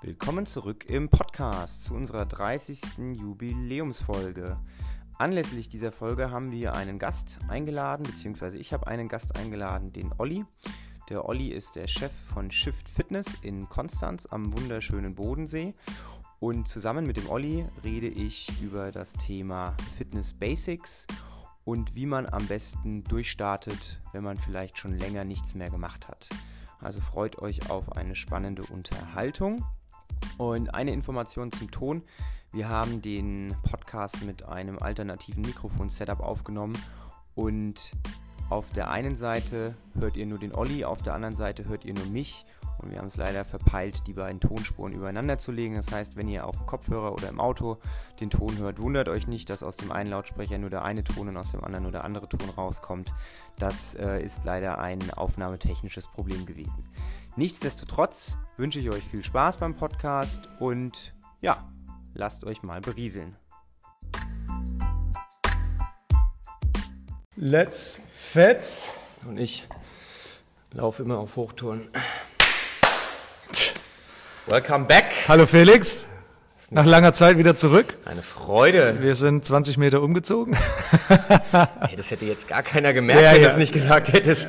Willkommen zurück im Podcast zu unserer 30. Jubiläumsfolge. Anlässlich dieser Folge haben wir einen Gast eingeladen, beziehungsweise ich habe einen Gast eingeladen, den Olli. Der Olli ist der Chef von Shift Fitness in Konstanz am wunderschönen Bodensee. Und zusammen mit dem Olli rede ich über das Thema Fitness Basics und wie man am besten durchstartet, wenn man vielleicht schon länger nichts mehr gemacht hat. Also freut euch auf eine spannende Unterhaltung. Und eine Information zum Ton. Wir haben den Podcast mit einem alternativen Mikrofon-Setup aufgenommen und auf der einen Seite hört ihr nur den Olli, auf der anderen Seite hört ihr nur mich und wir haben es leider verpeilt, die beiden Tonspuren übereinander zu legen. Das heißt, wenn ihr auf dem Kopfhörer oder im Auto den Ton hört, wundert euch nicht, dass aus dem einen Lautsprecher nur der eine Ton und aus dem anderen nur der andere Ton rauskommt. Das ist leider ein aufnahmetechnisches Problem gewesen. Nichtsdestotrotz wünsche ich euch viel Spaß beim Podcast und ja, lasst euch mal berieseln. Let's Fetz. Und ich laufe immer auf Hochtouren. Welcome back. Hallo Felix, nach langer Zeit wieder zurück. Eine Freude. Wir sind 20 Meter umgezogen. Hey, das hätte jetzt gar keiner gemerkt, wenn du es nicht gesagt hättest.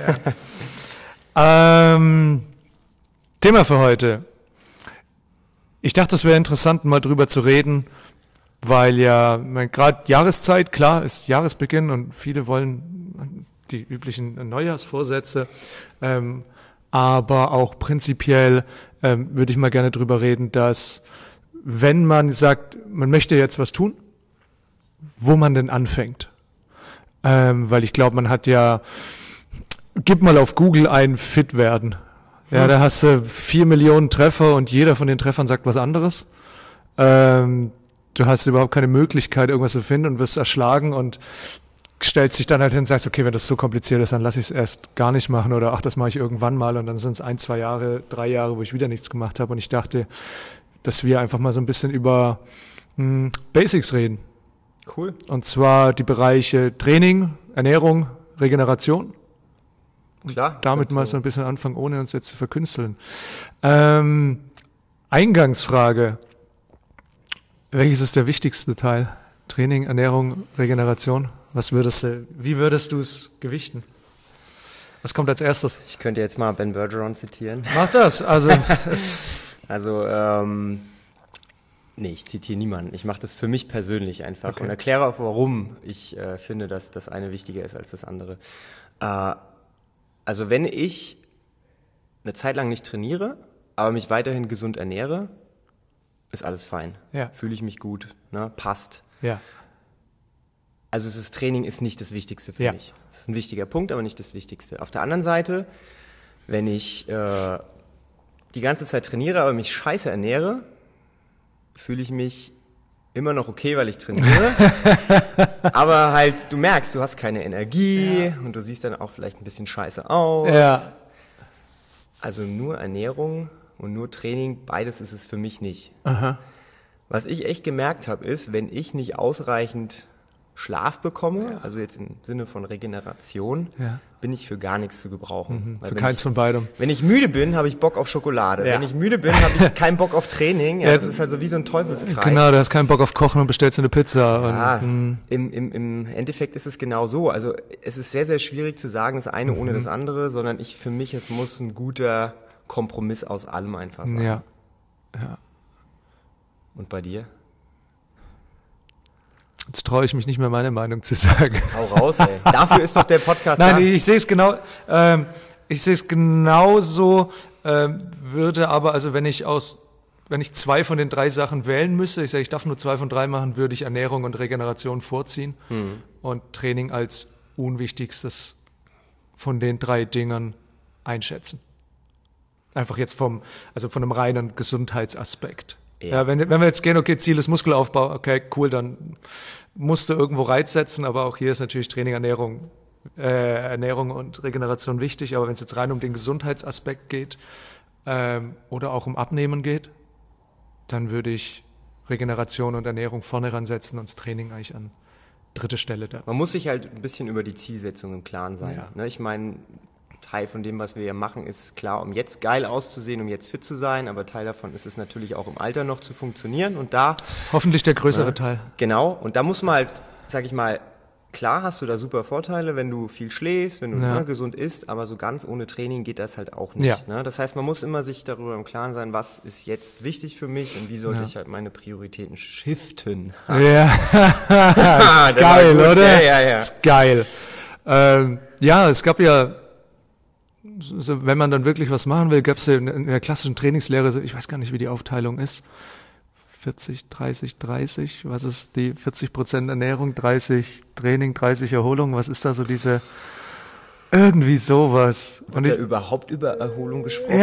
Thema für heute. Ich dachte, es wäre interessant, mal drüber zu reden, weil ja gerade Jahreszeit, klar, ist Jahresbeginn und viele wollen die üblichen Neujahrsvorsätze, aber auch prinzipiell würde ich mal gerne drüber reden, dass wenn man sagt, man möchte jetzt was tun, wo man denn anfängt. Weil ich glaube, man hat ja, gib mal auf Google ein Fit werden. Ja, da hast du 4 Millionen Treffer und jeder von den Treffern sagt was anderes. Du hast überhaupt keine Möglichkeit, irgendwas zu finden und wirst erschlagen und stellst dich dann halt hin und sagst, okay, wenn das so kompliziert ist, dann lass ich es erst gar nicht machen oder ach, das mache ich irgendwann mal und dann sind es 1, 2 Jahre, 3 Jahre, wo ich wieder nichts gemacht habe und ich dachte, dass wir einfach mal so ein bisschen über Basics reden. Cool. Und zwar die Bereiche Training, Ernährung, Regeneration. Klar. Damit mal so ein bisschen anfangen, ohne uns jetzt zu verkünsteln. Eingangsfrage. Welches ist der wichtigste Teil? Training, Ernährung, Regeneration? Wie würdest du es gewichten? Was kommt als erstes? Ich könnte jetzt mal Ben Bergeron zitieren. Mach das. Nee, ich zitiere niemanden. Ich mache das für mich persönlich einfach Okay. und erkläre auch, warum ich finde, dass das eine wichtiger ist als das andere. Also wenn ich eine Zeit lang nicht trainiere, aber mich weiterhin gesund ernähre, ist alles fein. Ja. Fühle ich mich gut, ne? Passt. Ja. Also das Training ist nicht das Wichtigste für Ja. mich. Das ist ein wichtiger Punkt, aber nicht das Wichtigste. Auf der anderen Seite, wenn ich die ganze Zeit trainiere, aber mich scheiße ernähre, fühle ich mich immer noch okay, weil ich trainiere. Aber halt, du merkst, du hast keine Energie und du siehst dann auch vielleicht ein bisschen scheiße aus. Ja. Also nur Ernährung und nur Training, beides ist es für mich nicht. Aha. Was ich echt gemerkt habe, ist, wenn ich nicht ausreichend Schlaf bekomme, also jetzt im Sinne von Regeneration, bin ich für gar nichts zu gebrauchen. Weil Für wenn keins von beidem. Wenn ich müde bin, habe ich Bock auf Schokolade. Ja. Wenn ich müde bin, habe ich keinen Bock auf Training. Ja, das ist also wie so ein Teufelskreis. Genau, du hast keinen Bock auf Kochen und bestellst dir eine Pizza. Ja, Und, im Endeffekt ist es genau so. Also es ist sehr, sehr schwierig zu sagen, das eine ohne das andere, sondern für mich, es muss ein guter Kompromiss aus allem einfach sein. ja. Und bei dir? Jetzt traue ich mich nicht mehr, meine Meinung zu sagen. Hau raus, ey. Dafür ist doch der Podcast Nein, da. ich sehe es genau. Ich sehe es genauso. Würde aber, also wenn ich 2 von den 3 Sachen wählen müsste, ich sage, ich darf nur 2 von 3 machen, würde ich Ernährung und Regeneration vorziehen und Training als unwichtigstes von den 3 Dingern einschätzen. Einfach jetzt von einem reinen Gesundheitsaspekt. Ja, wenn wir jetzt gehen, okay, Ziel ist Muskelaufbau, okay, cool, dann musst du irgendwo Reiz setzen, aber auch hier ist natürlich Training, Ernährung und Regeneration wichtig, aber wenn es jetzt rein um den Gesundheitsaspekt geht oder auch um Abnehmen geht, dann würde ich Regeneration und Ernährung vorne ransetzen und das Training eigentlich an 3. Stelle da. Man muss sich halt ein bisschen über die Zielsetzung im Klaren sein. Ja. Ne, ich meine, Teil von dem, was wir hier machen, ist klar, um jetzt geil auszusehen, um jetzt fit zu sein, aber Teil davon ist es natürlich auch im Alter noch zu funktionieren und da... Hoffentlich der größere Teil. Genau, und da muss man halt, sag ich mal, klar hast du da super Vorteile, wenn du viel schläfst, wenn du gesund isst, aber so ganz ohne Training geht das halt auch nicht. Ja. Ne? Das heißt, man muss immer sich darüber im Klaren sein, was ist jetzt wichtig für mich und wie sollte ich halt meine Prioritäten shiften. Ja, ist geil, oder? Ja. Ist geil. Ja, es gab ja, so, wenn man dann wirklich was machen will, gab es ja in der klassischen Trainingslehre, so, ich weiß gar nicht, wie die Aufteilung ist, 40, 30, 30, was ist die 40% Ernährung, 30 Training, 30 Erholung, was ist da so diese, irgendwie sowas. Und ja überhaupt über Erholung gesprochen?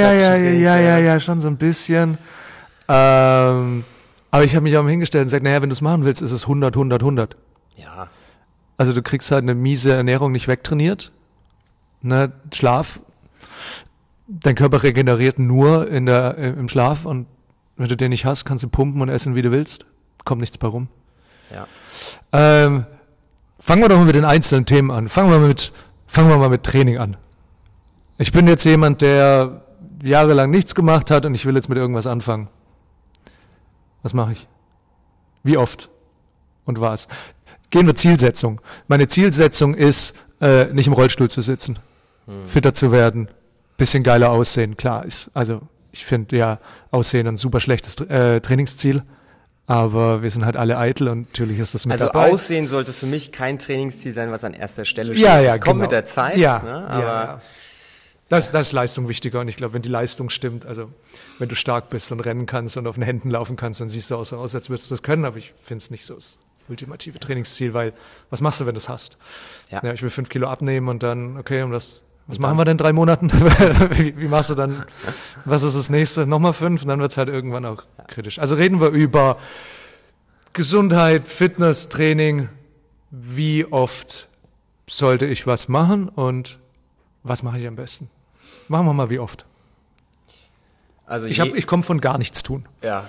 Ja, schon so ein bisschen. Aber ich habe mich auch hingestellt und gesagt, naja, wenn du es machen willst, ist es 100, 100, 100. Ja. Also du kriegst halt eine miese Ernährung nicht wegtrainiert, ne, Schlaf, dein Körper regeneriert nur im Schlaf und wenn du den nicht hast, kannst du pumpen und essen, wie du willst. Kommt nichts bei rum. Ja. Fangen wir doch mal mit den einzelnen Themen an. Fangen wir mal mit Training an. Ich bin jetzt jemand, der jahrelang nichts gemacht hat und ich will jetzt mit irgendwas anfangen. Was mache ich? Wie oft? Und was? Gehen wir Zielsetzung. Meine Zielsetzung ist, nicht im Rollstuhl zu sitzen, fitter zu werden, bisschen geiler aussehen. Klar, ich finde ja Aussehen ein super schlechtes Trainingsziel, aber wir sind halt alle eitel und natürlich ist das mit dabei. Also Aussehen sollte für mich kein Trainingsziel sein, was an erster Stelle steht. Das kommt mit der Zeit. Ja, ne? Aber ja. Das ist Leistung wichtiger und ich glaube, wenn die Leistung stimmt, also wenn du stark bist und rennen kannst und auf den Händen laufen kannst, dann siehst du auch so aus, als würdest du das können, aber ich finde es nicht so das ultimative Trainingsziel, weil was machst du, wenn du es hast? Ja, ich will 5 Kilo abnehmen und dann, okay, was machen wir denn in 3 Monaten? wie machst du dann, was ist das nächste? Nochmal 5 und dann wird es halt irgendwann auch kritisch. Also reden wir über Gesundheit, Fitness, Training. Wie oft sollte ich was machen und was mache ich am besten? Machen wir mal wie oft. Also ich komme von gar nichts tun. Ja.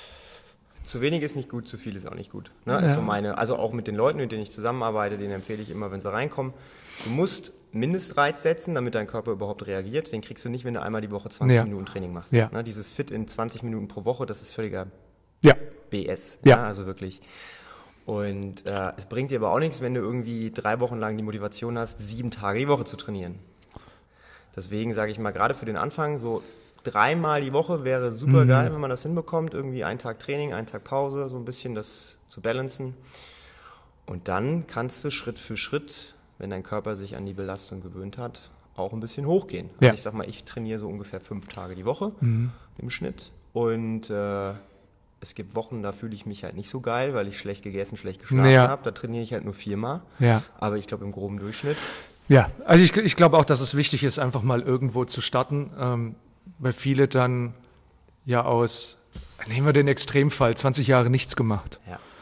Zu wenig ist nicht gut, zu viel ist auch nicht gut. Ne? Ist so also auch mit den Leuten, mit denen ich zusammenarbeite, denen empfehle ich immer, wenn sie reinkommen, du musst Mindestreiz setzen, damit dein Körper überhaupt reagiert. Den kriegst du nicht, wenn du einmal die Woche 20 Minuten Training machst. Ja. Ne? Dieses Fit in 20 Minuten pro Woche, das ist völliger BS. Ja. Also wirklich. Und es bringt dir aber auch nichts, wenn du irgendwie 3 Wochen lang die Motivation hast, 7 Tage die Woche zu trainieren. Deswegen sage ich mal, gerade für den Anfang, so 3-mal die Woche wäre super geil, wenn man das hinbekommt. Irgendwie 1 Tag Training, 1 Tag Pause, so ein bisschen das zu balancen. Und dann kannst du Schritt für Schritt, wenn dein Körper sich an die Belastung gewöhnt hat, auch ein bisschen hochgehen. Also ich sag mal, ich trainiere so ungefähr 5 Tage die Woche im Schnitt. Und es gibt Wochen, da fühle ich mich halt nicht so geil, weil ich schlecht gegessen, schlecht geschlafen habe. Da trainiere ich halt nur 4-mal. Ja. Aber ich glaube im groben Durchschnitt. Ja, also ich glaube auch, dass es wichtig ist, einfach mal irgendwo zu starten, weil viele dann nehmen wir den Extremfall, 20 Jahre nichts gemacht.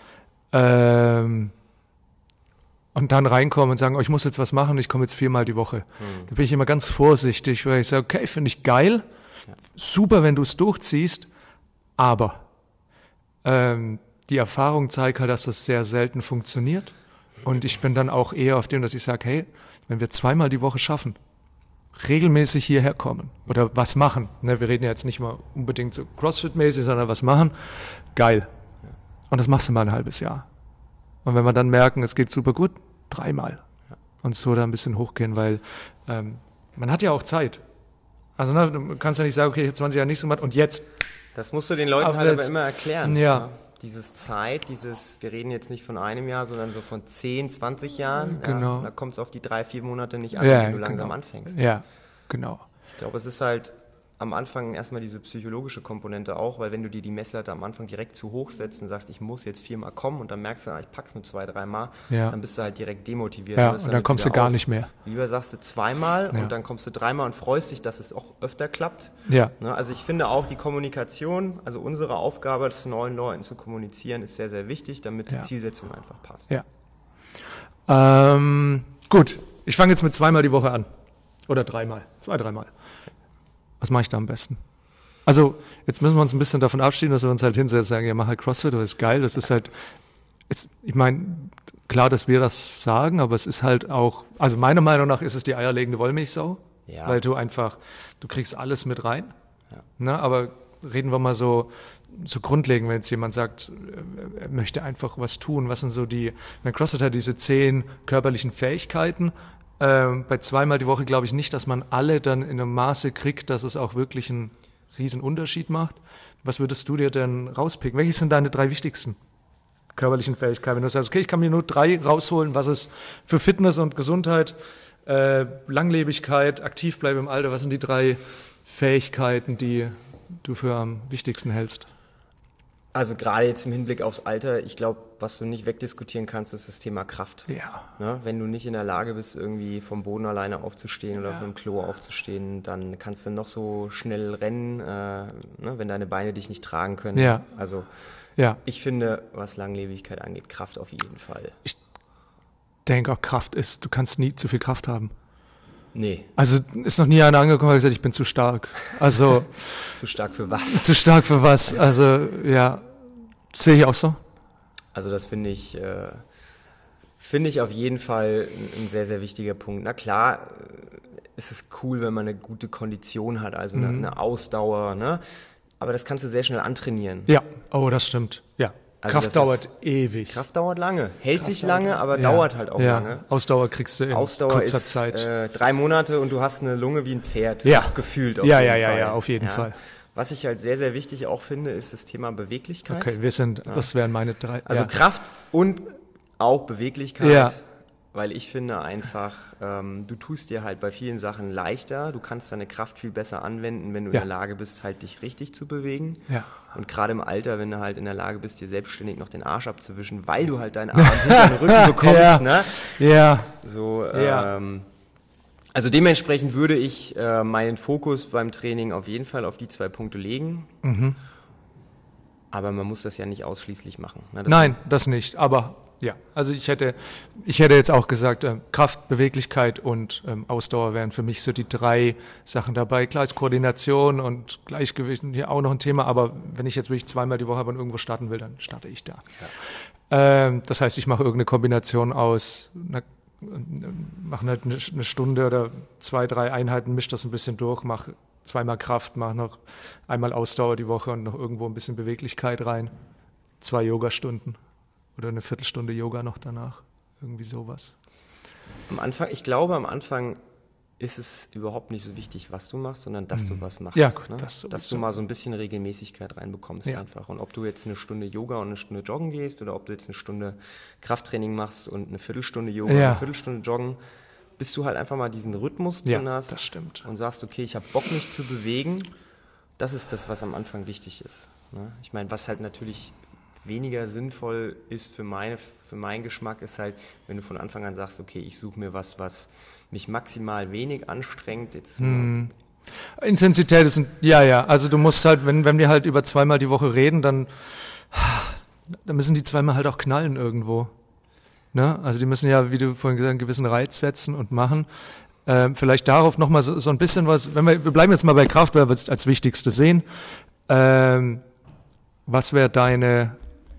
Ja. Und dann reinkommen und sagen, ich muss jetzt was machen, ich komme jetzt 4-mal die Woche. Da bin ich immer ganz vorsichtig, weil ich sage, okay, finde ich geil, super, wenn du es durchziehst, aber die Erfahrung zeigt halt, dass das sehr selten funktioniert. Und ich bin dann auch eher auf dem, dass ich sage, hey, wenn wir 2-mal die Woche schaffen, regelmäßig hierher kommen oder was machen, ne, wir reden ja jetzt nicht mal unbedingt so Crossfit-mäßig, sondern was machen, geil. Und das machst du mal ein halbes Jahr. Und wenn wir dann merken, es geht super gut, 3-mal. Und so da ein bisschen hochgehen, weil man hat ja auch Zeit. Also du kannst ja nicht sagen, okay, ich habe 20 Jahre nichts gemacht und jetzt. Das musst du den Leuten halt aber immer erklären. Ja. Dieses Zeit, wir reden jetzt nicht von einem Jahr, sondern so von 10, 20 Jahren. Genau. Da kommt es auf die 3-4 Monate nicht an, wenn du langsam anfängst. Ja, genau. Ich glaube, es ist halt am Anfang erstmal diese psychologische Komponente auch, weil wenn du dir die Messlatte am Anfang direkt zu hoch setzt und sagst, ich muss jetzt 4-mal kommen und dann merkst du, ich pack's nur 2-3 Mal, dann bist du halt direkt demotiviert. Ja, und dann kommst du gar nicht mehr. Lieber sagst du 2-mal und dann kommst du 3-mal und freust dich, dass es auch öfter klappt. Ja. Also ich finde auch die Kommunikation, also unsere Aufgabe, zu neuen Leuten zu kommunizieren, ist sehr, sehr wichtig, damit die Zielsetzung einfach passt. Ja. Gut, ich fange jetzt mit 2-mal die Woche an. Oder 3-mal, 2-3-mal. Was mache ich da am besten? Also, jetzt müssen wir uns ein bisschen davon abschieden, dass wir uns halt hinsetzen und sagen, ja, mach halt CrossFit, das ist geil, das ist halt Ich meine, klar, dass wir das sagen, aber es ist halt auch, also meiner Meinung nach ist es die eierlegende Wollmilchsau, weil du kriegst alles mit rein. Ja. Na, aber reden wir mal so grundlegend, wenn jetzt jemand sagt, er möchte einfach was tun, was sind so CrossFit hat diese 10 körperlichen Fähigkeiten. Bei 2-mal die Woche glaube ich nicht, dass man alle dann in einem Maße kriegt, dass es auch wirklich einen riesen Unterschied macht. Was würdest du dir denn rauspicken? Welche sind deine 3 wichtigsten körperlichen Fähigkeiten? Wenn du sagst, okay, ich kann mir nur 3 rausholen, was ist für Fitness und Gesundheit, Langlebigkeit, aktiv bleiben im Alter, was sind die 3 Fähigkeiten, die du für am wichtigsten hältst? Also gerade jetzt im Hinblick aufs Alter, ich glaube, was du nicht wegdiskutieren kannst, ist das Thema Kraft. Ja. Ne? Wenn du nicht in der Lage bist, irgendwie vom Boden alleine aufzustehen oder vom Klo aufzustehen, dann kannst du noch so schnell rennen, wenn deine Beine dich nicht tragen können. Ja. Also ich finde, was Langlebigkeit angeht, Kraft auf jeden Fall. Ich denke auch, Kraft ist, du kannst nie zu viel Kraft haben. Nee. Also ist noch nie einer angekommen und gesagt, ich bin zu stark. Also zu stark für was? Zu stark für was? Also ja, sehe ich auch so. Also das finde ich auf jeden Fall ein sehr, sehr wichtiger Punkt. Na klar, ist es cool, wenn man eine gute Kondition hat, also eine Ausdauer, ne? Aber das kannst du sehr schnell antrainieren. Ja, oh, das stimmt. Ja. Also Kraft dauert ewig. Kraft dauert lange. Hält sich lange, aber dauert halt auch lange. Ausdauer kriegst du in kurzer Zeit. 3 Monate und du hast eine Lunge wie ein Pferd. Ja. Gefühlt auf jeden Fall. Ja, auf jeden Fall. Was ich halt sehr, sehr wichtig auch finde, ist das Thema Beweglichkeit. Okay, das wären meine 3. Also Kraft und auch Beweglichkeit. Ja. Weil ich finde einfach, du tust dir halt bei vielen Sachen leichter, du kannst deine Kraft viel besser anwenden, wenn du in der Lage bist, halt dich richtig zu bewegen. Ja. Und gerade im Alter, wenn du halt in der Lage bist, dir selbstständig noch den Arsch abzuwischen, weil du halt deinen Arm hinter den Rücken bekommst. Ne? Ja. So, also dementsprechend würde ich meinen Fokus beim Training auf jeden Fall auf die 2 Punkte legen. Mhm. Aber man muss das ja nicht ausschließlich machen. Ne? Nein, das nicht, aber... Ja, also ich hätte jetzt auch gesagt, Kraft, Beweglichkeit und Ausdauer wären für mich so die 3 Sachen dabei. Klar ist Koordination und Gleichgewicht hier auch noch ein Thema, aber wenn ich jetzt wirklich 2-mal die Woche aber irgendwo starten will, dann starte ich da. Ja. Das heißt, ich mache irgendeine Kombination aus, mache halt eine Stunde oder 2, 3 Einheiten, mische das ein bisschen durch, mache 2-mal Kraft, mache noch einmal Ausdauer die Woche und noch irgendwo ein bisschen Beweglichkeit rein. 2 Yogastunden. Oder eine Viertelstunde Yoga noch danach. Irgendwie sowas. Ich glaube, am Anfang ist es überhaupt nicht so wichtig, was du machst, sondern dass du was machst. Ja, gut, ne? Dass du mal so ein bisschen Regelmäßigkeit reinbekommst einfach. Und ob du jetzt eine Stunde Yoga und eine Stunde joggen gehst oder ob du jetzt eine Stunde Krafttraining machst und eine Viertelstunde Yoga und eine Viertelstunde joggen, bis du halt einfach mal diesen Rhythmus drin hast. Das stimmt. Und sagst, okay, ich habe Bock, mich zu bewegen. Das ist das, was am Anfang wichtig ist. Ne? Ich meine, was halt natürlich weniger sinnvoll ist für meinen Geschmack, ist halt, wenn du von Anfang an sagst, okay, ich suche mir was mich maximal wenig anstrengt. Jetzt Intensität ist, also du musst halt, wenn wir halt über 2-mal die Woche reden, dann müssen die 2-mal halt auch knallen irgendwo. Ne? Also die müssen ja, wie du vorhin gesagt hast, einen gewissen Reiz setzen und machen. Vielleicht darauf nochmal so ein bisschen was, wir bleiben jetzt mal bei Kraft, weil wir es als Wichtigste sehen. Was wäre deine,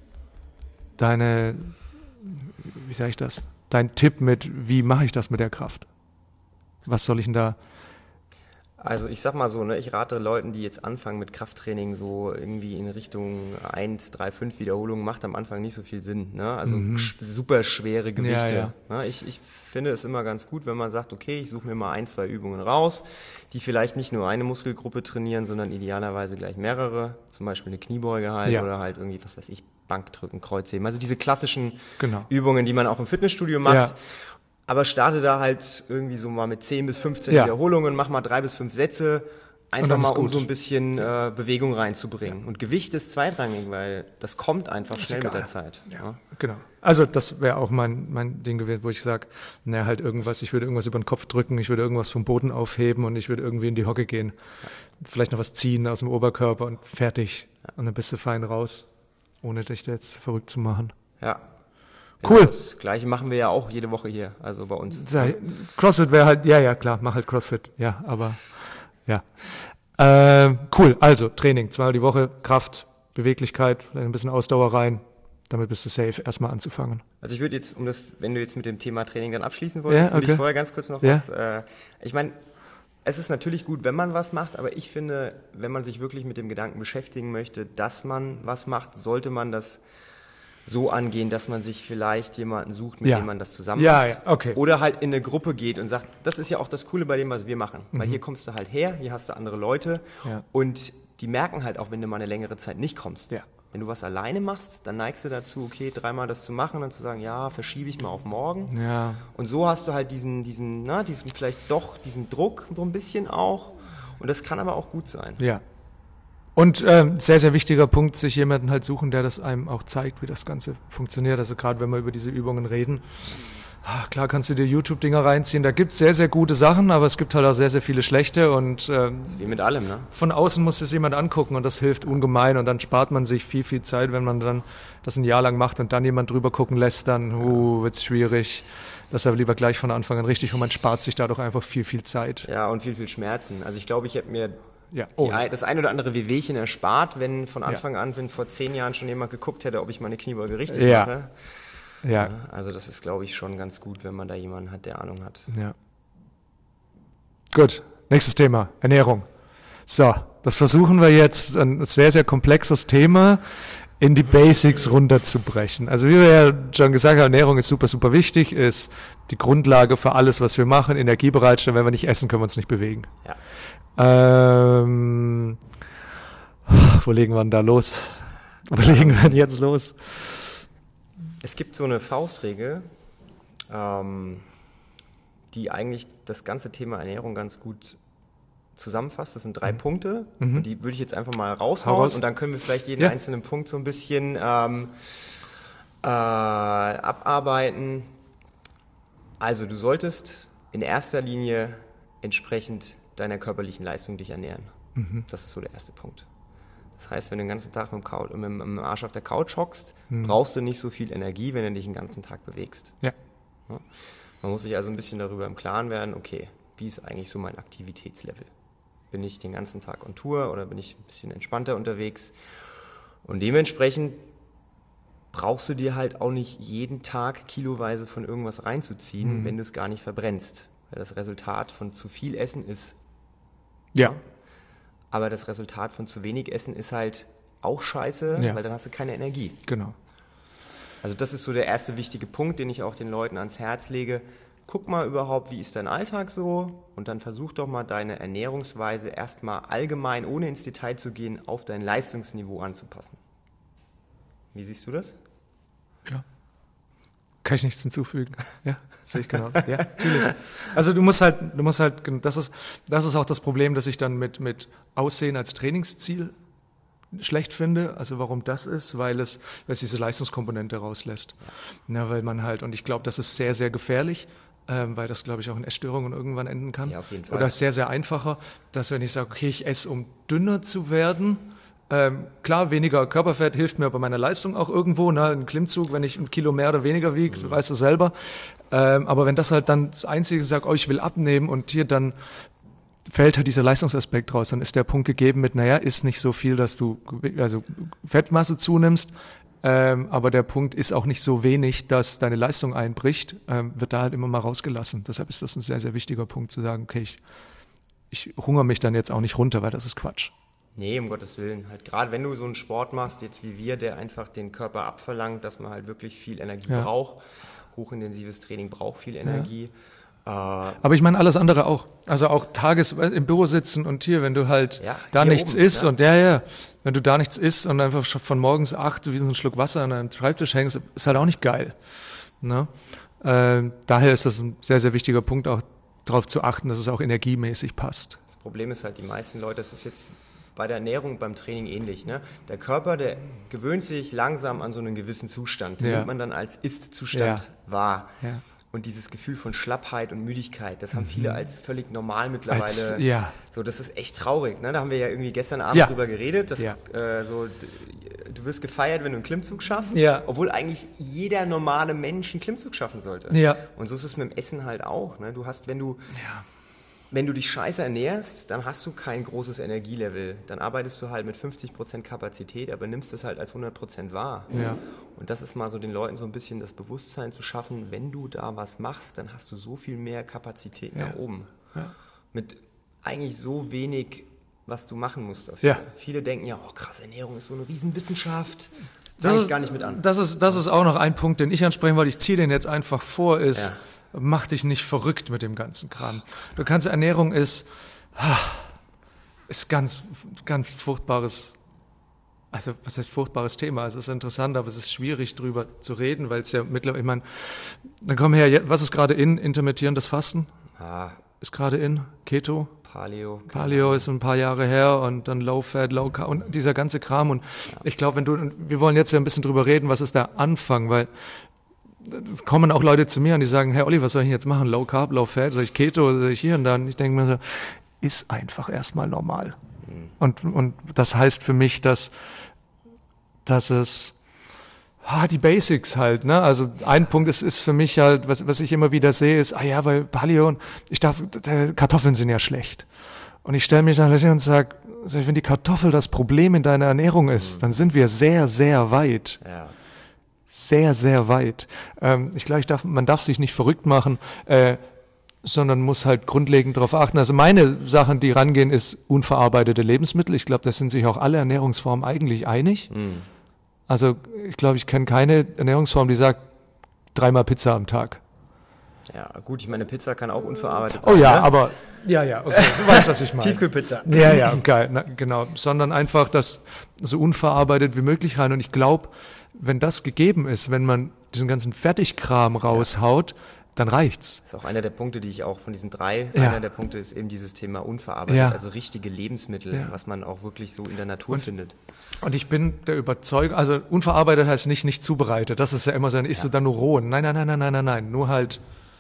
wie sage ich das, dein Tipp mit, wie mache ich das mit der Kraft? Was soll ich denn da? Also ich sag mal so, ne, ich rate Leuten, die jetzt anfangen mit Krafttraining, so irgendwie in Richtung 1, 3, 5 Wiederholungen, macht am Anfang nicht so viel Sinn. Ne? Also super schwere Gewichte. Ja. Ne? Ich finde es immer ganz gut, wenn man sagt, okay, ich suche mir mal 1, 2 Übungen raus, die vielleicht nicht nur eine Muskelgruppe trainieren, sondern idealerweise gleich mehrere. Zum Beispiel eine Kniebeuge halt oder halt irgendwie, was weiß ich, Bankdrücken, Kreuzheben. Also diese klassischen Übungen, die man auch im Fitnessstudio macht. Ja. Aber starte da halt irgendwie so mal mit 10 bis 15 Wiederholungen, mach mal 3 bis 5 Sätze, einfach mal, um so ein bisschen Bewegung reinzubringen. Ja. Und Gewicht ist zweitrangig, weil das kommt einfach schnell mit der Zeit. Ja, genau. Also das wäre auch mein Ding gewesen, wo ich sage, halt irgendwas, ich würde irgendwas über den Kopf drücken, ich würde irgendwas vom Boden aufheben und ich würde irgendwie in die Hocke gehen. Ja. Vielleicht noch was ziehen aus dem Oberkörper und fertig. Ja. Und dann bist du fein raus, ohne dich da jetzt verrückt zu machen. Ja. Cool. Genau, das Gleiche machen wir ja auch jede Woche hier, also bei uns. CrossFit wäre halt, klar, mach halt CrossFit, aber cool, also Training, 2-mal die Woche, Kraft, Beweglichkeit, vielleicht ein bisschen Ausdauer rein, damit bist du safe, erstmal anzufangen. Also ich würde jetzt, wenn du jetzt mit dem Thema Training dann abschließen wolltest, würde ich vorher ganz kurz noch was, ich meine, es ist natürlich gut, wenn man was macht, aber ich finde, wenn man sich wirklich mit dem Gedanken beschäftigen möchte, dass man was macht, sollte man das so angehen, dass man sich vielleicht jemanden sucht, mit dem man das zusammen macht. Okay. Oder halt in eine Gruppe geht und sagt, das ist ja auch das Coole bei dem, was wir machen. Weil hier kommst du halt her, hier hast du andere Leute und die merken halt auch, wenn du mal eine längere Zeit nicht kommst. Ja. Wenn du was alleine machst, dann neigst du dazu, okay, 3-mal das zu machen und dann zu sagen, ja, verschiebe ich mal auf morgen. Ja. Und so hast du halt diesen vielleicht doch diesen Druck so ein bisschen auch. Und das kann aber auch gut sein. Ja. Und sehr, sehr wichtiger Punkt, sich jemanden halt suchen, der das einem auch zeigt, wie das Ganze funktioniert. Also gerade wenn wir über diese Übungen reden, klar kannst du dir YouTube-Dinger reinziehen, da gibt es sehr, sehr gute Sachen, aber es gibt halt auch sehr, sehr viele schlechte und das ist wie mit allem, ne? Von außen muss es jemand angucken und das hilft ungemein und dann spart man sich viel, viel Zeit, wenn man dann das ein Jahr lang macht und dann jemand drüber gucken lässt, dann wird es schwierig. Das aber lieber gleich von Anfang an richtig und man spart sich dadurch einfach viel, viel Zeit. Ja, und viel, viel Schmerzen. Also ich glaube, ich hätte mir das ein oder andere Wehwehchen erspart, wenn von Anfang an, wenn vor 10 Jahren schon jemand geguckt hätte, ob ich meine Kniebeuge richtig mache. Ja. Also das ist, glaube ich, schon ganz gut, wenn man da jemanden hat, der Ahnung hat. Ja. Gut, nächstes Thema, Ernährung. So, das versuchen wir jetzt, ein sehr, sehr komplexes Thema in die Basics runterzubrechen. Also wie wir ja schon gesagt haben, Ernährung ist super, super wichtig, ist die Grundlage für alles, was wir machen, Energiebereitstellung. Wenn wir nicht essen, können wir uns nicht bewegen. Ja. Wo legen wir denn da los? Wo legen wir denn jetzt los? Es gibt so eine Faustregel, die eigentlich das ganze Thema Ernährung ganz gut zusammenfasst. Das sind 3 Punkte und die würde ich jetzt einfach mal raushauen und dann können wir vielleicht jeden einzelnen Punkt so ein bisschen abarbeiten. Also du solltest in erster Linie entsprechend deiner körperlichen Leistung dich ernähren. Das ist so der erste Punkt. Das heißt, wenn du den ganzen Tag mit dem Arsch auf der Couch hockst, brauchst du nicht so viel Energie, wenn du dich den ganzen Tag bewegst. Ja. Man muss sich also ein bisschen darüber im Klaren werden, okay, wie ist eigentlich so mein Aktivitätslevel? Bin ich den ganzen Tag on Tour oder bin ich ein bisschen entspannter unterwegs? Und dementsprechend brauchst du dir halt auch nicht jeden Tag kiloweise von irgendwas reinzuziehen, wenn du es gar nicht verbrennst. Weil das Resultat von zu viel Essen ist aber das Resultat von zu wenig Essen ist halt auch scheiße, weil dann hast du keine Energie. Genau. Also das ist so der erste wichtige Punkt, den ich auch den Leuten ans Herz lege. Guck mal überhaupt, wie ist dein Alltag so? Und dann versuch doch mal deine Ernährungsweise erstmal allgemein, ohne ins Detail zu gehen, auf dein Leistungsniveau anzupassen. Wie siehst du das? Ja. Kann ich nichts hinzufügen. Ja, sehe ich genauso. Ja, natürlich. Also du musst halt, das ist auch das Problem, dass ich dann mit Aussehen als Trainingsziel schlecht finde. Also warum das ist, weil es diese Leistungskomponente rauslässt. Ja, weil man halt, und ich glaube, das ist sehr, sehr gefährlich, weil das, glaube ich, auch in Essstörungen irgendwann enden kann. Ja, auf jeden Fall. Oder sehr, sehr einfacher, dass wenn ich sage, okay, ich esse, um dünner zu werden, klar, weniger Körperfett hilft mir bei meiner Leistung auch irgendwo, ne? Ein Klimmzug, wenn ich 1 Kilo mehr oder weniger wiege, du weißt es selber. Aber wenn das halt dann das Einzige sagt, ich will abnehmen und hier dann fällt halt dieser Leistungsaspekt raus, dann ist der Punkt gegeben mit, ist nicht so viel, dass du Fettmasse zunimmst, aber der Punkt ist auch nicht so wenig, dass deine Leistung einbricht, wird da halt immer mal rausgelassen. Deshalb ist das ein sehr, sehr wichtiger Punkt zu sagen, okay, ich hungere mich dann jetzt auch nicht runter, weil das ist Quatsch. Nee, um Gottes Willen. Halt gerade wenn du so einen Sport machst, jetzt wie wir, der einfach den Körper abverlangt, dass man halt wirklich viel Energie braucht. Hochintensives Training braucht viel Energie. Aber ich meine alles andere auch. Also auch im Büro sitzen und hier, wenn du halt da nichts isst und wenn du da nichts isst und einfach von morgens 8 wie so ein Schluck Wasser an deinem Schreibtisch hängst, ist halt auch nicht geil. Ne? Daher ist das ein sehr, sehr wichtiger Punkt, auch darauf zu achten, dass es auch energiemäßig passt. Das Problem ist halt, die meisten Leute, das ist jetzt bei der Ernährung, beim Training ähnlich. Ne? Der Körper, der gewöhnt sich langsam an so einen gewissen Zustand. Den nimmt man dann als Ist-Zustand wahr. Ja. Und dieses Gefühl von Schlappheit und Müdigkeit, das haben viele als völlig normal mittlerweile. So, das ist echt traurig. Ne? Da haben wir ja irgendwie gestern Abend drüber geredet. Dass, du wirst gefeiert, wenn du einen Klimmzug schaffst, obwohl eigentlich jeder normale Mensch einen Klimmzug schaffen sollte. Ja. Und so ist es mit dem Essen halt auch. Ne? Du hast, wenn du wenn du dich scheiße ernährst, dann hast du kein großes Energielevel. Dann arbeitest du halt mit 50% Kapazität, aber nimmst es halt als 100% wahr. Ja. Und das ist mal so den Leuten so ein bisschen das Bewusstsein zu schaffen, wenn du da was machst, dann hast du so viel mehr Kapazität nach oben. Ja. Mit eigentlich so wenig, was du machen musst dafür. Ja. Viele denken ja, oh krass, Ernährung ist so eine Riesenwissenschaft. Das Fange ist ich gar nicht mit an. Das ist auch noch ein Punkt, den ich ansprechen wollte. Ich ziehe den jetzt einfach vor, ist, mach dich nicht verrückt mit dem ganzen Kram. Du kannst, Ernährung ist ganz, ganz furchtbares, also was heißt furchtbares Thema? Es ist interessant, aber es ist schwierig drüber zu reden, weil es ja mittlerweile, ich meine, dann kommen wir her, was ist gerade in? Intermittierendes Fasten? Ist gerade in? Keto? Paleo ist ein paar Jahre her und dann Low Fat, Low Carb und dieser ganze Kram. Und ich glaube, wir wollen jetzt ja ein bisschen drüber reden, was ist der Anfang, weil es kommen auch Leute zu mir und die sagen, hey Olli, was soll ich jetzt machen? Low Carb, Low Fat, soll ich Keto, soll ich hier und dann? Ich denke mir so, ist einfach erstmal normal. Und das heißt für mich, dass es die Basics halt, ne? Also ein Punkt ist für mich halt, was ich immer wieder sehe, ist, weil Paleo und Kartoffeln sind ja schlecht. Und ich stelle mich dann hin und sage, wenn die Kartoffel das Problem in deiner Ernährung ist, dann sind wir sehr, sehr weit. Ja. Sehr, sehr weit. Ich glaube, man darf sich nicht verrückt machen, sondern muss halt grundlegend darauf achten. Also meine Sachen, die rangehen, ist unverarbeitete Lebensmittel. Ich glaube, da sind sich auch alle Ernährungsformen eigentlich einig. Also ich glaube, ich kenne keine Ernährungsform, die sagt, 3-mal Pizza am Tag. Ja, gut, ich meine, Pizza kann auch unverarbeitet sein. Oh ja, ne? aber, okay, du weißt, was ich meine. Tiefkühlpizza. Ja, geil, genau. Sondern einfach das so unverarbeitet wie möglich rein. Und ich glaube, wenn das gegeben ist, wenn man diesen ganzen Fertigkram raushaut, dann reicht's. Das ist auch einer der Punkte, die ich auch von diesen 3, einer der Punkte ist eben dieses Thema unverarbeitet, also richtige Lebensmittel, was man auch wirklich so in der Natur findet. Und ich bin der Überzeugung, also unverarbeitet heißt nicht zubereitet, das ist ja immer so, isst du dann nur roh. Nein, nur halt,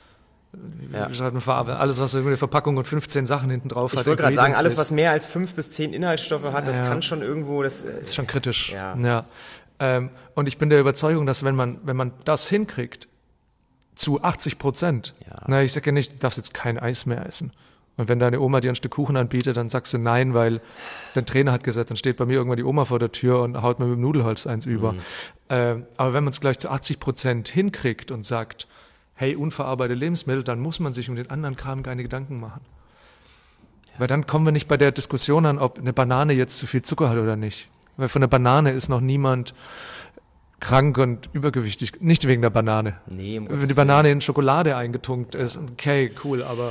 alles, was eine Verpackung und 15 Sachen hinten drauf hat. Ich wollte gerade sagen, alles, was mehr als 5 bis 10 Inhaltsstoffe hat, das kann schon irgendwo, das ist schon kritisch. Ja. Und ich bin der Überzeugung, dass wenn man das hinkriegt, zu 80%. Ich sage ja nicht, du darfst jetzt kein Eis mehr essen. Und wenn deine Oma dir ein Stück Kuchen anbietet, dann sagst du nein, weil dein Trainer hat gesagt, dann steht bei mir irgendwann die Oma vor der Tür und haut mir mit dem Nudelholz eins über. Aber wenn man es gleich zu 80% hinkriegt und sagt, hey, unverarbeitete Lebensmittel, dann muss man sich um den anderen Kram keine Gedanken machen. Weil dann kommen wir nicht bei der Diskussion an, ob eine Banane jetzt zu viel Zucker hat oder nicht. Weil von der Banane ist noch niemand krank und übergewichtig, nicht wegen der Banane. Nee, wenn die Banane in Schokolade eingetunkt ist, okay, cool, aber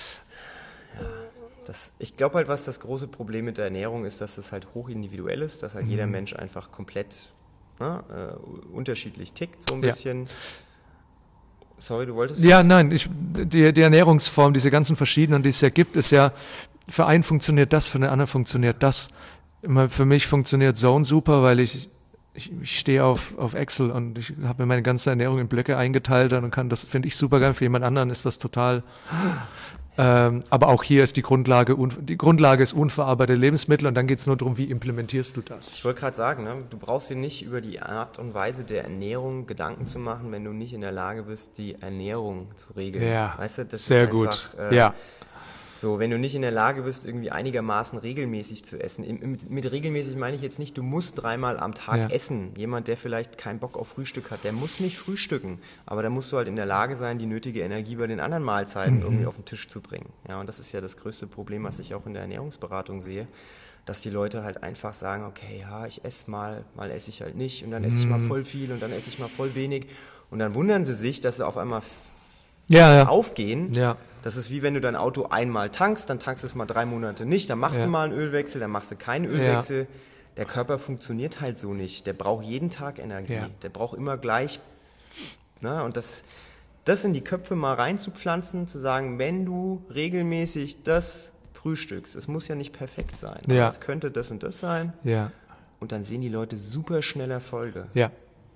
ich glaube halt, was das große Problem mit der Ernährung ist, dass das halt hochindividuell ist, dass halt jeder Mensch einfach komplett unterschiedlich tickt, so ein bisschen. Sorry, du wolltest? Ja, nein, die Ernährungsform, diese ganzen verschiedenen, die es ja gibt, ist ja, für einen funktioniert das, für den anderen funktioniert das. Für mich funktioniert Zone super, weil ich stehe auf Excel und ich habe mir meine ganze Ernährung in Blöcke eingeteilt und das finde ich super geil. Für jemand anderen ist das total. Aber auch hier ist die Grundlage ist unverarbeitete Lebensmittel und dann geht es nur darum, wie implementierst du das? Ich wollte gerade sagen, du brauchst dir nicht über die Art und Weise der Ernährung Gedanken zu machen, wenn du nicht in der Lage bist, die Ernährung zu regeln. Ja, weißt du, das sehr ist gut. Einfach, so, wenn du nicht in der Lage bist, irgendwie einigermaßen regelmäßig zu essen. Mit regelmäßig meine ich jetzt nicht, du musst 3-mal am Tag essen. Jemand, der vielleicht keinen Bock auf Frühstück hat, der muss nicht frühstücken. Aber da musst du halt in der Lage sein, die nötige Energie bei den anderen Mahlzeiten irgendwie auf den Tisch zu bringen. Ja, und das ist ja das größte Problem, was ich auch in der Ernährungsberatung sehe, dass die Leute halt einfach sagen, okay, ich esse mal esse ich halt nicht und dann esse ich mal voll viel und dann esse ich mal voll wenig. Und dann wundern sie sich, dass sie auf einmal aufgehen. Ja. Das ist wie wenn du dein Auto einmal tankst, dann tankst du es mal 3 Monate nicht, dann machst du mal einen Ölwechsel, dann machst du keinen Ölwechsel. Ja. Der Körper funktioniert halt so nicht. Der braucht jeden Tag Energie. Ja. Der braucht immer gleich. Und das in die Köpfe mal reinzupflanzen, zu sagen, wenn du regelmäßig das frühstückst, es muss ja nicht perfekt sein, aber es könnte das und das sein. Ja. Und dann sehen die Leute super schnell Erfolge. Ja.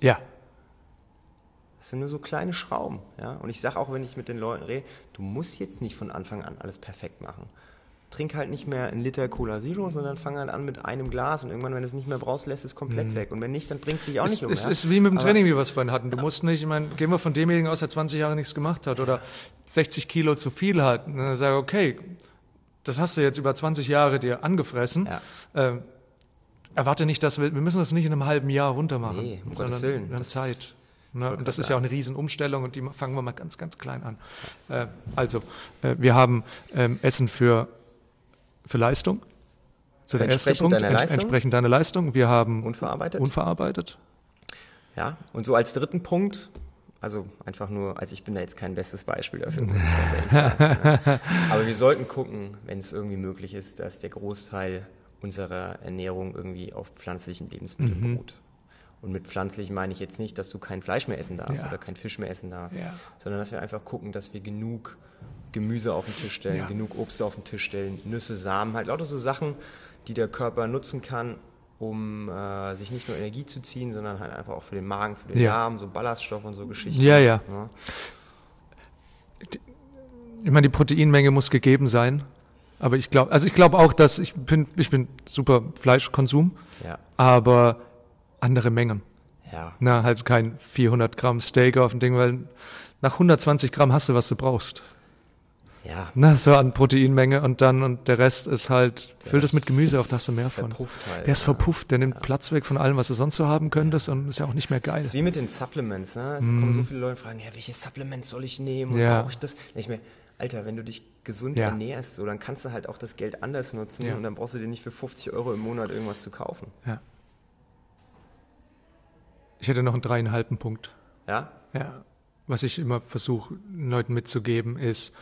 Das sind nur so kleine Schrauben. Ja? Und ich sage auch, wenn ich mit den Leuten rede, du musst jetzt nicht von Anfang an alles perfekt machen. Trink halt nicht mehr 1 Liter Cola Zero, sondern fang halt an mit einem Glas und irgendwann, wenn du es nicht mehr brauchst, lässt es komplett weg. Und wenn nicht, dann bringt es sich auch nicht um. Es ist wie mit dem Training, wie wir es vorhin hatten. Du musst nicht, gehen wir von demjenigen aus, der 20 Jahre nichts gemacht hat oder 60 Kilo zu viel hat. Und dann sage ich, okay, das hast du jetzt über 20 Jahre dir angefressen. Ja. Erwarte nicht, dass wir müssen das nicht in einem halben Jahr runter machen, nee, um sondern Gottes Willen. wir haben Zeit. Ne? Und das ist ja auch eine Riesenumstellung und die fangen wir mal ganz, ganz klein an. Wir haben Essen für Leistung. So der erste Punkt, entsprechend deiner Leistung. Wir haben unverarbeitet. Ja, und so als dritten Punkt, also einfach nur, also ich bin da jetzt kein bestes Beispiel dafür, muss ich ganz ehrlich sagen, ne? Aber wir sollten gucken, wenn es irgendwie möglich ist, dass der Großteil unserer Ernährung irgendwie auf pflanzlichen Lebensmitteln beruht. Und mit pflanzlich meine ich jetzt nicht, dass du kein Fleisch mehr essen darfst oder kein Fisch mehr essen darfst, sondern dass wir einfach gucken, dass wir genug Gemüse auf den Tisch stellen, genug Obst auf den Tisch stellen, Nüsse, Samen, halt lauter so Sachen, die der Körper nutzen kann, um sich nicht nur Energie zu ziehen, sondern halt einfach auch für den Magen, für den Darm, so Ballaststoffe und so Geschichten. Ja. Ich meine, die Proteinmenge muss gegeben sein. Aber ich glaube auch, dass ich bin super Fleischkonsum, aber andere Mengen. Ja. Na, halt kein 400 Gramm Steak auf dem Ding, weil nach 120 Gramm hast du, was du brauchst. Ja. Na, so an Proteinmenge und der Rest ist halt, füll das mit Gemüse auf, da hast du mehr von. Verpufft halt. Der ist verpufft, der nimmt Platz weg von allem, was du sonst so haben könntest und ist ja auch nicht mehr geil. Das ist wie mit den Supplements, ne? Es kommen so viele Leute und fragen, welche Supplements soll ich nehmen und brauche ich das? Nicht mehr. Alter, wenn du dich gesund ernährst, so, dann kannst du halt auch das Geld anders nutzen und dann brauchst du dir nicht für 50 € im Monat irgendwas zu kaufen. Ja. Ich hätte noch einen 3,5 Punkt. Ja? Ja. Was ich immer versuche, den Leuten mitzugeben, ist,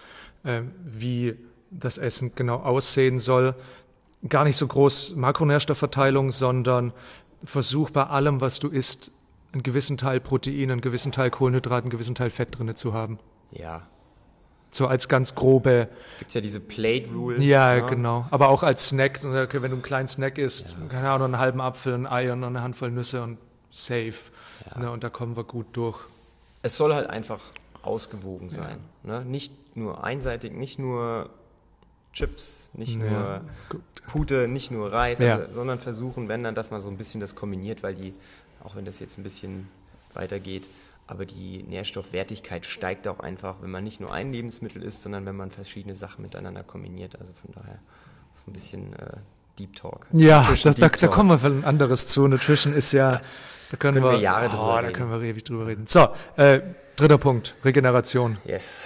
wie das Essen genau aussehen soll. Gar nicht so groß Makronährstoffverteilung, sondern versuch bei allem, was du isst, einen gewissen Teil Protein, einen gewissen Teil Kohlenhydrate, einen gewissen Teil Fett drin zu haben. Ja. So als ganz grobe... Gibt es ja diese Plate Rule. Ja, genau. Aber auch als Snack, okay, wenn du einen kleinen Snack isst, keine Ahnung, einen halben Apfel, ein Ei und eine Handvoll Nüsse und safe. Ja. Ne, und da kommen wir gut durch. Es soll halt einfach ausgewogen sein. Ne? Nicht nur einseitig, nicht nur Chips, nicht nur Pute, nicht nur Reis, sondern versuchen, wenn dann, dass man so ein bisschen das kombiniert, weil auch wenn das jetzt ein bisschen weitergeht, aber die Nährstoffwertigkeit steigt auch einfach, wenn man nicht nur ein Lebensmittel isst, sondern wenn man verschiedene Sachen miteinander kombiniert. Also von daher so ein bisschen Deep Talk. Ja, da kommen wir für ein anderes zu. Nutrition ist ja, da können wir Jahre drüber reden. Da können wir ewig drüber reden. So, dritter Punkt, Regeneration. Yes.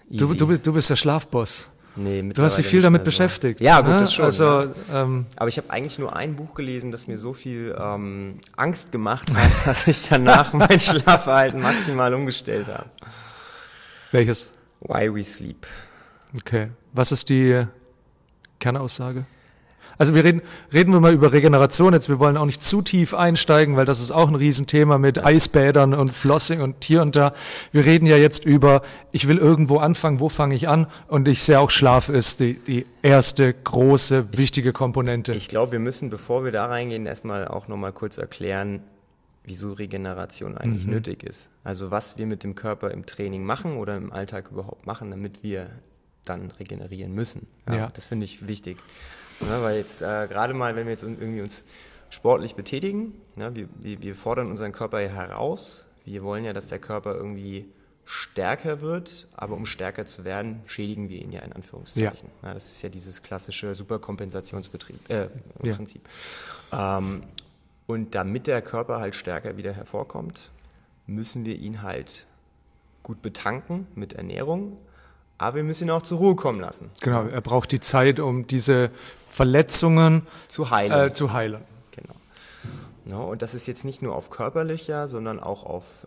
Du bist der Schlafboss. Nee, du hast dich viel damit beschäftigt. So. Ja, gut, das schon. Also, aber ich habe eigentlich nur ein Buch gelesen, das mir so viel Angst gemacht hat, dass ich danach mein Schlafverhalten maximal umgestellt habe. Welches? Why We Sleep. Okay. Was ist die Kernaussage? Also reden wir mal über Regeneration jetzt. Wir wollen auch nicht zu tief einsteigen, weil das ist auch ein Riesenthema mit Eisbädern und Flossing und hier und da. Wir reden ja jetzt über, ich will irgendwo anfangen, wo fange ich an? Und ich sehe auch, Schlaf ist die erste große, wichtige Komponente. Ich glaube, wir müssen, bevor wir da reingehen, erstmal auch nochmal kurz erklären, wieso Regeneration eigentlich nötig ist. Also was wir mit dem Körper im Training machen oder im Alltag überhaupt machen, damit wir dann regenerieren müssen. Ja. Das finde ich wichtig. Ja, weil jetzt gerade mal, wenn wir jetzt irgendwie uns sportlich betätigen, wir fordern unseren Körper ja heraus. Wir wollen ja, dass der Körper irgendwie stärker wird, aber um stärker zu werden, schädigen wir ihn ja in Anführungszeichen. Ja, das ist ja dieses klassische Superkompensationsprinzip. Und damit der Körper halt stärker wieder hervorkommt, müssen wir ihn halt gut betanken mit Ernährung, aber wir müssen ihn auch zur Ruhe kommen lassen. Genau, er braucht die Zeit, um diese Verletzungen zu heilen. Genau. No, und das ist jetzt nicht nur auf körperlicher, sondern auch auf,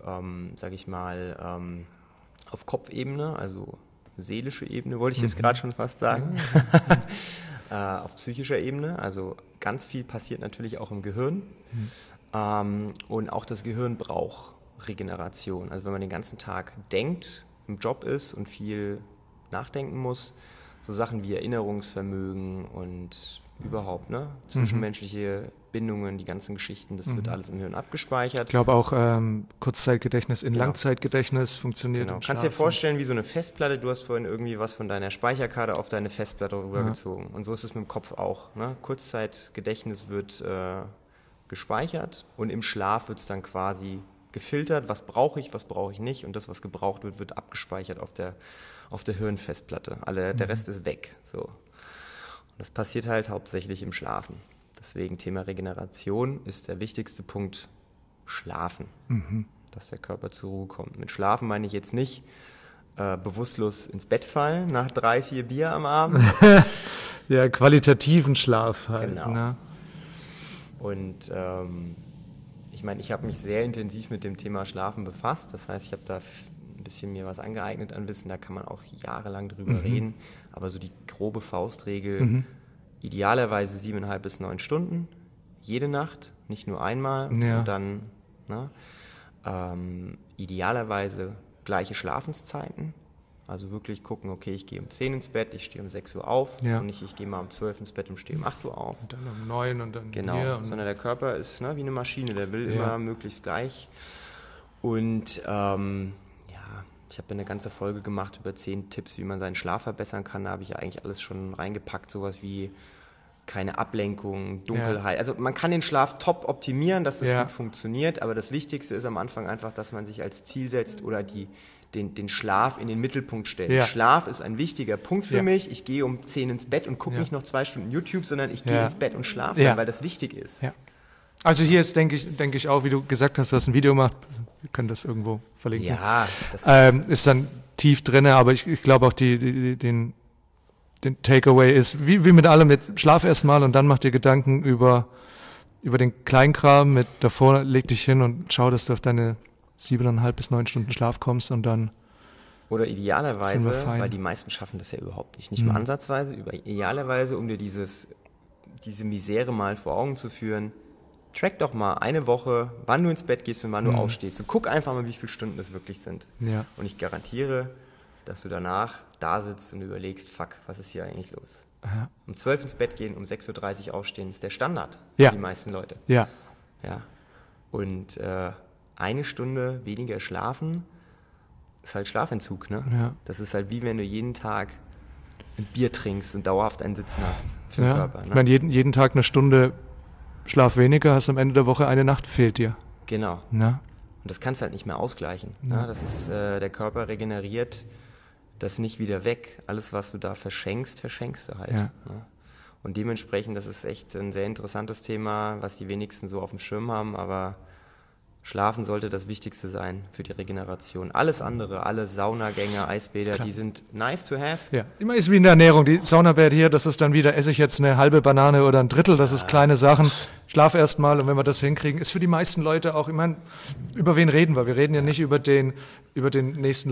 auf Kopfebene, also seelische Ebene, wollte ich jetzt gerade schon fast sagen. Auf psychischer Ebene, also ganz viel passiert natürlich auch im Gehirn. Und auch das Gehirn braucht Regeneration. Also wenn man den ganzen Tag denkt, im Job ist und viel nachdenken muss, so Sachen wie Erinnerungsvermögen und überhaupt, zwischenmenschliche Bindungen, die ganzen Geschichten, das wird alles im Hirn abgespeichert. Ich glaube auch Kurzzeitgedächtnis in Langzeitgedächtnis funktioniert. Genau. Kannst dir vorstellen, wie so eine Festplatte, du hast vorhin irgendwie was von deiner Speicherkarte auf deine Festplatte rübergezogen. Und so ist es mit dem Kopf auch. Ne? Kurzzeitgedächtnis wird gespeichert und im Schlaf wird es dann quasi gefiltert, was brauche ich nicht, und das, was gebraucht wird, wird abgespeichert auf der Hirnfestplatte. Der Rest ist weg. So. Das passiert halt hauptsächlich im Schlafen. Deswegen Thema Regeneration ist der wichtigste Punkt, Schlafen, dass der Körper zur Ruhe kommt. Mit Schlafen meine ich jetzt nicht bewusstlos ins Bett fallen nach 3, 4 Bier am Abend. Ja, qualitativen Schlaf halt. Genau. Ne? Und ich meine, ich habe mich sehr intensiv mit dem Thema Schlafen befasst. Das heißt, ich habe da ein bisschen mir was angeeignet an Wissen. Da kann man auch jahrelang drüber reden. Aber so die grobe Faustregel, idealerweise 7,5 bis 9 Stunden, jede Nacht, nicht nur einmal. Ja. Und dann idealerweise gleiche Schlafenszeiten. Also wirklich gucken, okay, ich gehe um 10 ins Bett, ich stehe um 6 Uhr auf. Ja. Und nicht, ich gehe mal um 12 ins Bett und stehe um 8 Uhr auf. Und dann um 9 und dann Genau, hier. Und sondern der Körper ist wie eine Maschine, der will Ja. immer möglichst gleich. Und ich habe eine ganze Folge gemacht über 10 Tipps, wie man seinen Schlaf verbessern kann. Da habe ich ja eigentlich alles schon reingepackt, sowas wie keine Ablenkung, Dunkelheit. Also man kann den Schlaf top optimieren, dass das gut funktioniert, aber das Wichtigste ist am Anfang einfach, dass man sich als Ziel setzt oder den Schlaf in den Mittelpunkt stellt. Ja. Schlaf ist ein wichtiger Punkt für Ja. mich. Ich gehe um 10 ins Bett und gucke nicht noch 2 Stunden YouTube, sondern ich gehe Ja. ins Bett und schlafe Ja. dann, weil das wichtig ist. Ja. Also hier ist, denke ich auch, wie du gesagt hast, du hast ein Video gemacht, wir können das irgendwo verlinken. Ja, das Ist dann tief drin, aber ich glaube auch den Takeaway ist, wie mit allem, jetzt schlaf erst mal und dann mach dir Gedanken über den Kleinkram, davor leg dich hin und schau, dass du auf deine 7,5 bis 9 Stunden Schlaf kommst und dann oder sind wir idealerweise, fein. weil die meisten schaffen das ja überhaupt nicht mal ansatzweise, idealerweise, um dir diese Misere mal vor Augen zu führen, track doch mal eine Woche, wann du ins Bett gehst und wann du aufstehst. Und guck einfach mal, wie viele Stunden es wirklich sind. Ja. Und ich garantiere, dass du danach da sitzt und überlegst, fuck, was ist hier eigentlich los? Ja. Um 12 ins Bett gehen, um 6.30 Uhr aufstehen, ist der Standard Ja. für die meisten Leute. Ja. Ja. Und eine Stunde weniger schlafen ist halt Schlafentzug, ne? Ja. Das ist halt wie wenn du jeden Tag ein Bier trinkst und dauerhaft einen Sitzen hast für den Ja. Körper. Ich Ne? meine, jeden Tag eine Stunde Schlaf weniger, hast am Ende der Woche eine Nacht, fehlt dir. Genau. Na? Und das kannst du halt nicht mehr ausgleichen. Ja. Ne? Das ist, der Körper regeneriert das nicht wieder weg. Alles, was du da verschenkst du halt. Ja. Ne? Und dementsprechend, das ist echt ein sehr interessantes Thema, was die wenigsten so auf dem Schirm haben, aber Schlafen sollte das Wichtigste sein für die Regeneration. Alles andere, alle Saunagänge, Eisbäder, Klar. die sind nice to have. Ja, immer ist wie in der Ernährung. Die Saunabad hier, das ist dann wieder, esse ich jetzt eine halbe Banane oder ein Drittel, das ist kleine Sachen. Schlaf erst mal und wenn wir das hinkriegen, ist für die meisten Leute auch, ich meine, über wen reden wir? Wir reden ja nicht über den nächsten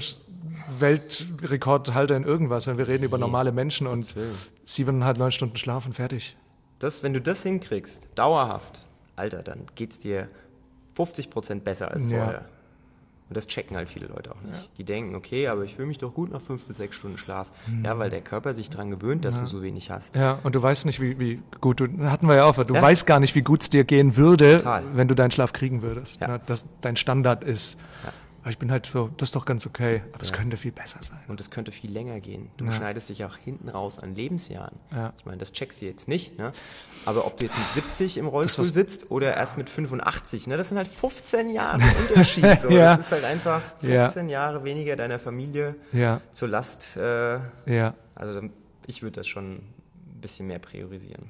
Leistungsweltrekordhalter in irgendwas, sondern wir reden über normale Menschen und 7,5, 9 Stunden Schlaf und fertig. Wenn du das hinkriegst, dauerhaft, Alter, dann geht's dir 50% besser als Ja. vorher. Und das checken halt viele Leute auch nicht. Die denken, okay, aber ich fühle mich doch gut nach 5 bis 6 Stunden Schlaf. Ja, weil der Körper sich daran gewöhnt, dass du so wenig hast. Ja, und du weißt nicht, wie gut hatten wir ja auch, du Ja. weißt gar nicht, wie gut es dir gehen würde, Total. wenn du deinen Schlaf kriegen würdest. Ja. Ne, dass dein Standard ist. Ja. Aber ich bin halt so, das ist doch ganz okay, aber es könnte viel besser sein. Und es könnte viel länger gehen. Du Ja. schneidest dich auch hinten raus an Lebensjahren. Ja. Ich meine, das checkst du jetzt nicht. Ne? Aber ob du jetzt mit 70 im Rollstuhl was- sitzt oder erst mit 85, ne? Das sind halt 15 Jahre Unterschied. So. Ja. Das ist halt einfach 15 Jahre weniger deiner Familie Ja, zur Last. ja, Also ich würde das schon ein bisschen mehr priorisieren.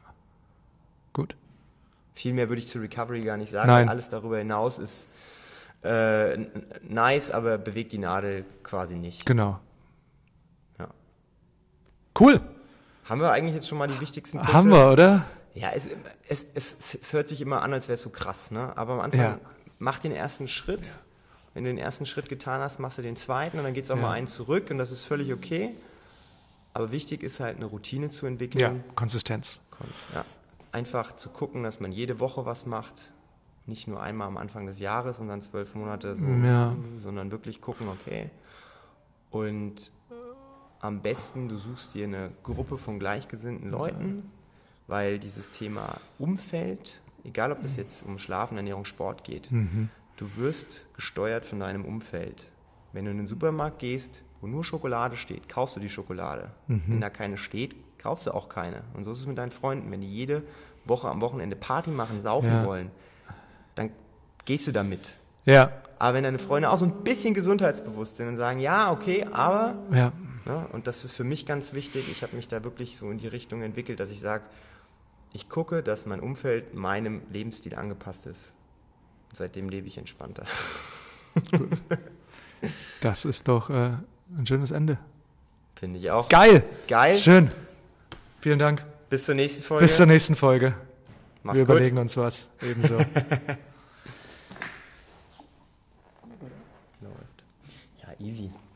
gut. Viel mehr würde ich zur Recovery gar nicht sagen. Nein. Weil alles darüber hinaus ist nice, aber bewegt die Nadel quasi nicht. Genau. Ja. Cool, Haben wir eigentlich jetzt schon mal die wichtigsten Punkte? haben wir, oder? Ja, es hört sich immer an, als wäre es so krass, ne? Aber am Anfang, Ja. mach den ersten Schritt. Wenn du den ersten Schritt getan hast, machst du den zweiten und dann geht es auch mal einen zurück und das ist völlig okay. Aber wichtig ist halt, eine Routine zu Ja, entwickeln. Konsistenz. Ja. Einfach zu gucken, dass man jede Woche was macht. Nicht nur einmal am Anfang des Jahres und dann 12 Monate, so, Ja. sondern wirklich gucken, okay. Und am besten, du suchst dir eine Gruppe von gleichgesinnten Leuten, weil dieses Thema Umfeld, egal ob das jetzt um Schlafen, Ernährung, Sport geht, du wirst gesteuert von deinem Umfeld. Wenn du in den Supermarkt gehst, wo nur Schokolade steht, kaufst du die Schokolade. Wenn da keine steht, kaufst du auch keine. Und so ist es mit deinen Freunden. Wenn die jede Woche am Wochenende Party machen, saufen Ja. wollen, dann gehst du da mit. Ja, Aber wenn deine Freunde auch so ein bisschen gesundheitsbewusst sind und sagen, ja, okay, aber ja, Ne? Und das ist für mich ganz wichtig. Ich habe mich da wirklich so in die Richtung entwickelt, dass ich sage, ich gucke, dass mein Umfeld meinem Lebensstil angepasst ist. Und seitdem lebe ich entspannter. Das ist doch ein schönes Ende. Finde ich auch. Geil! Geil. Schön. Vielen Dank. Bis zur nächsten Folge. Bis zur nächsten Folge. Mach's Wir gut. überlegen uns was. Ebenso. Läuft. Ja, easy.